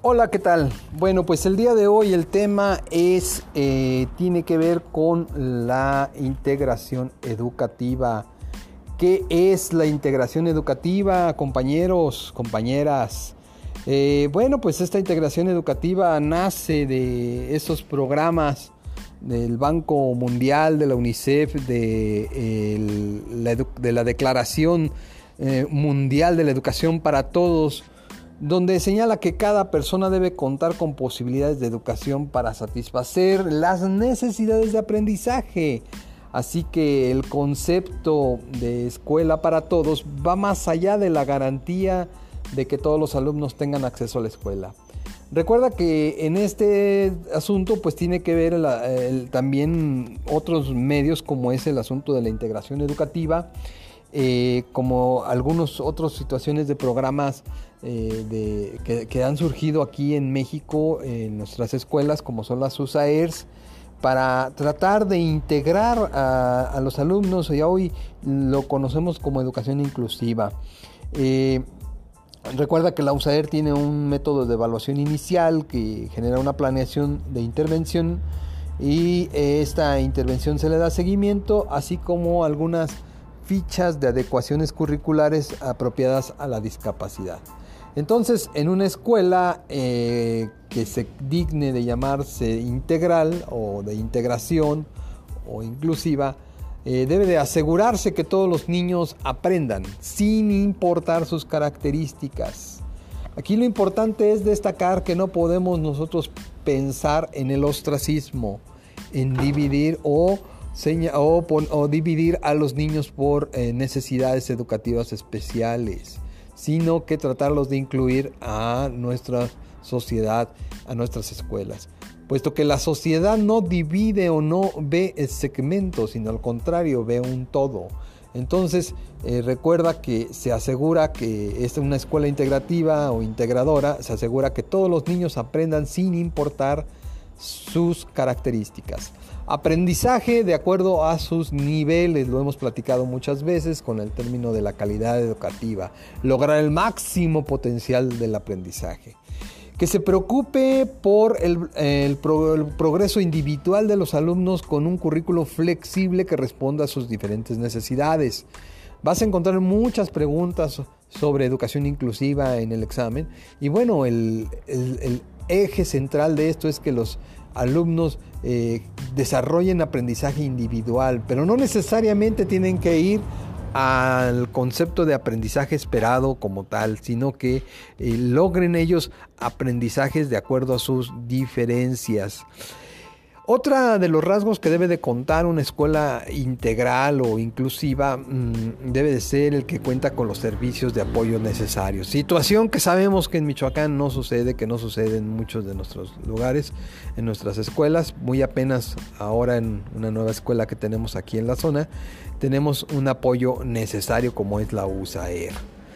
Hola, ¿qué tal? Bueno, pues el día de hoy el tema tiene que ver con la integración educativa. ¿Qué es la integración educativa, compañeros, compañeras? Bueno, pues esta integración educativa nace de esos programas del Banco Mundial, de la UNICEF, de la Declaración Mundial de la Educación para Todos, donde señala que cada persona debe contar con posibilidades de educación para satisfacer las necesidades de aprendizaje. Así que el concepto de escuela para todos va más allá de la garantía de que todos los alumnos tengan acceso a la escuela. Recuerda que en este asunto pues tiene que ver también otros medios, como es el asunto de la integración educativa, como algunas otras situaciones de programas que han surgido aquí en México en nuestras escuelas, como son las USAERs, para tratar de integrar a los alumnos. Ya hoy lo conocemos como educación inclusiva. Recuerda que la USAER tiene un método de evaluación inicial que genera una planeación de intervención, y esta intervención se le da seguimiento, así como algunas fichas de adecuaciones curriculares apropiadas a la discapacidad. Entonces, en una escuela que se digne de llamarse integral o de integración o inclusiva, debe de asegurarse que todos los niños aprendan sin importar sus características. Aquí lo importante es destacar que no podemos nosotros pensar en el ostracismo, en dividir o dividir a los niños por necesidades educativas especiales, sino que tratarlos de incluir a nuestra sociedad, a nuestras escuelas, puesto que la sociedad no divide o no ve segmentos, sino al contrario, ve un todo. Entonces, recuerda que se asegura que es una escuela integrativa o integradora, se asegura que todos los niños aprendan sin importar sus características. Aprendizaje de acuerdo a sus niveles, lo hemos platicado muchas veces con el término de la calidad educativa, lograr el máximo potencial del aprendizaje. Que se preocupe por el progreso individual de los alumnos con un currículo flexible que responda a sus diferentes necesidades. Vas a encontrar muchas preguntas sobre educación inclusiva en el examen, y bueno, el eje central de esto es que los alumnos desarrollen aprendizaje individual, pero no necesariamente tienen que ir al concepto de aprendizaje esperado como tal, sino que logren ellos aprendizajes de acuerdo a sus diferencias. Otra de los rasgos que debe de contar una escuela integral o inclusiva debe de ser el que cuenta con los servicios de apoyo necesarios. Situación que sabemos que en Michoacán no sucede, que no sucede en muchos de nuestros lugares, en nuestras escuelas. Muy apenas ahora en una nueva escuela que tenemos aquí en la zona, tenemos un apoyo necesario como es la USAER.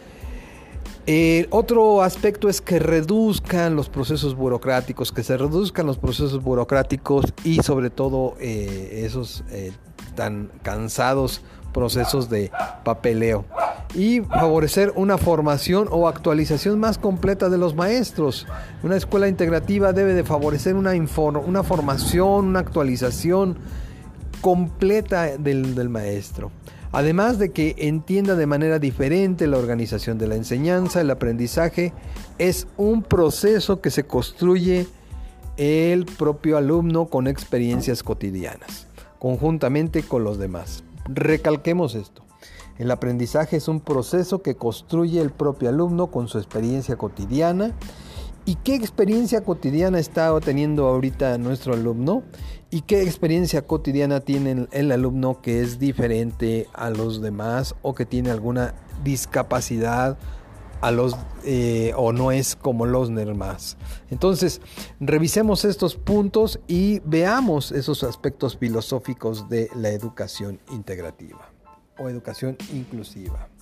Otro aspecto es que reduzcan los procesos burocráticos, y sobre todo esos tan cansados procesos de papeleo, y favorecer una formación o actualización más completa de los maestros. Una escuela integrativa debe de favorecer una formación, una actualización completa del maestro. Además de que entienda de manera diferente la organización de la enseñanza. El aprendizaje es un proceso que se construye el propio alumno con experiencias cotidianas, conjuntamente con los demás. Recalquemos esto. El aprendizaje es un proceso que construye el propio alumno con su experiencia cotidiana. ¿Y qué experiencia cotidiana está teniendo ahorita nuestro alumno? ¿Y qué experiencia cotidiana tiene el alumno que es diferente a los demás, o que tiene alguna discapacidad o no es como los demás? Entonces, revisemos estos puntos y veamos esos aspectos filosóficos de la educación integrativa o educación inclusiva.